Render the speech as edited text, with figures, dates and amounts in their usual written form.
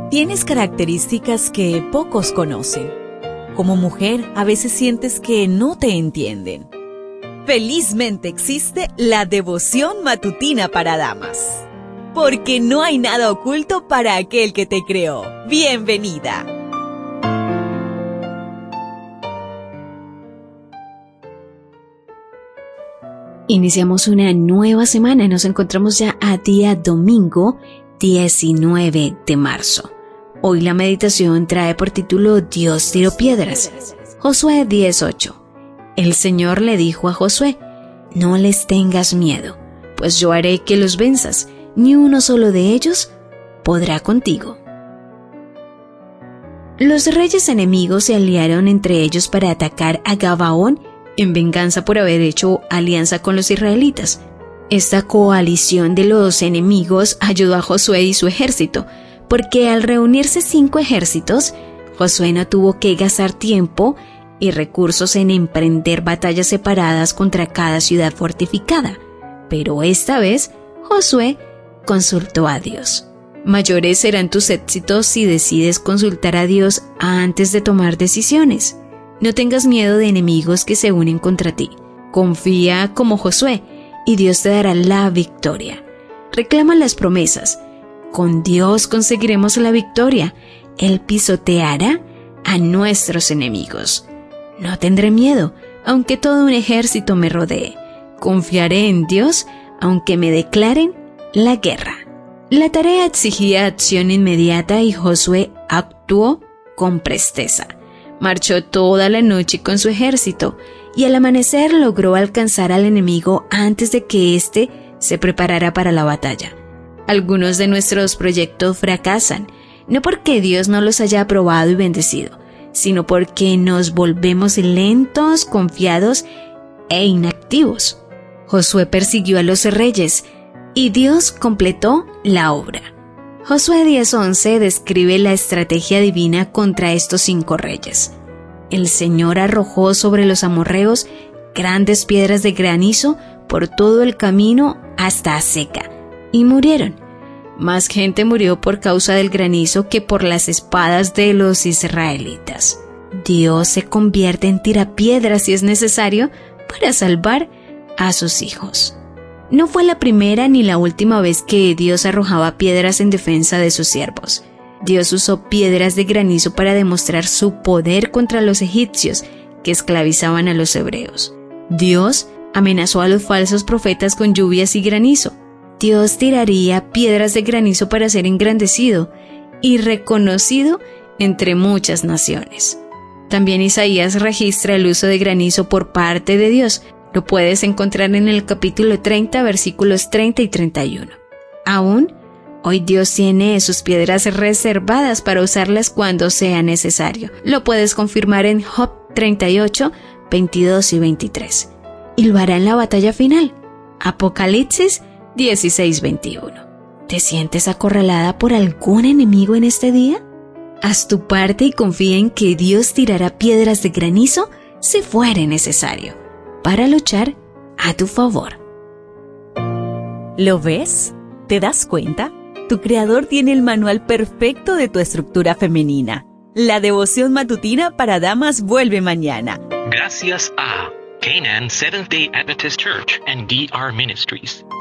Tienes características que pocos conocen. Como mujer, a veces sientes que no te entienden. Felizmente existe la devoción matutina para damas. Porque no hay nada oculto para aquel que te creó. ¡Bienvenida! Iniciamos una nueva semana. Nos encontramos ya a día domingo 19 de marzo. Hoy la meditación trae por título Dios tiró piedras. Josué 10:8. El Señor le dijo a Josué: no les tengas miedo, pues yo haré que los venzas, ni uno solo de ellos podrá contigo. Los reyes enemigos se aliaron entre ellos para atacar a Gabaón en venganza por haber hecho alianza con los israelitas. Esta coalición de los enemigos ayudó a Josué y su ejército, porque al reunirse 5 ejércitos, Josué no tuvo que gastar tiempo y recursos en emprender batallas separadas contra cada ciudad fortificada. Pero esta vez, Josué consultó a Dios. Mayores serán tus éxitos si decides consultar a Dios antes de tomar decisiones. No tengas miedo de enemigos que se unen contra ti. Confía como Josué y Dios te dará la victoria. Reclama las promesas. Con Dios conseguiremos la victoria. Él pisoteará a nuestros enemigos. No tendré miedo, aunque todo un ejército me rodee. Confiaré en Dios, aunque me declaren la guerra. La tarea exigía acción inmediata y Josué actuó con presteza. Marchó toda la noche con su ejército y al amanecer logró alcanzar al enemigo antes de que éste se preparara para la batalla. Algunos de nuestros proyectos fracasan, no porque Dios no los haya aprobado y bendecido, sino porque nos volvemos lentos, confiados e inactivos. Josué persiguió a los reyes y Dios completó la obra. Josué 10:11 describe la estrategia divina contra estos 5 reyes. El Señor arrojó sobre los amorreos grandes piedras de granizo por todo el camino hasta Azeca, y murieron. Más gente murió por causa del granizo que por las espadas de los israelitas. Dios se convierte en tirapiedras si es necesario para salvar a sus hijos. No fue la primera ni la última vez que Dios arrojaba piedras en defensa de sus siervos. Dios usó piedras de granizo para demostrar su poder contra los egipcios que esclavizaban a los hebreos. Dios amenazó a los falsos profetas con lluvias y granizo. Dios tiraría piedras de granizo para ser engrandecido y reconocido entre muchas naciones. También Isaías registra el uso de granizo por parte de Dios. Lo puedes encontrar en el capítulo 30, versículos 30 y 31. Aún, hoy Dios tiene sus piedras reservadas para usarlas cuando sea necesario. Lo puedes confirmar en Job 38, 22 y 23. Y lo hará en la batalla final. Apocalipsis 16:21. ¿Te sientes acorralada por algún enemigo en este día? Haz tu parte y confía en que Dios tirará piedras de granizo si fuere necesario, para luchar a tu favor. ¿Lo ves? ¿Te das cuenta? Tu Creador tiene el manual perfecto de tu estructura femenina. La devoción matutina para damas vuelve mañana. Gracias a Canaan Seventh-day Adventist Church and DR Ministries.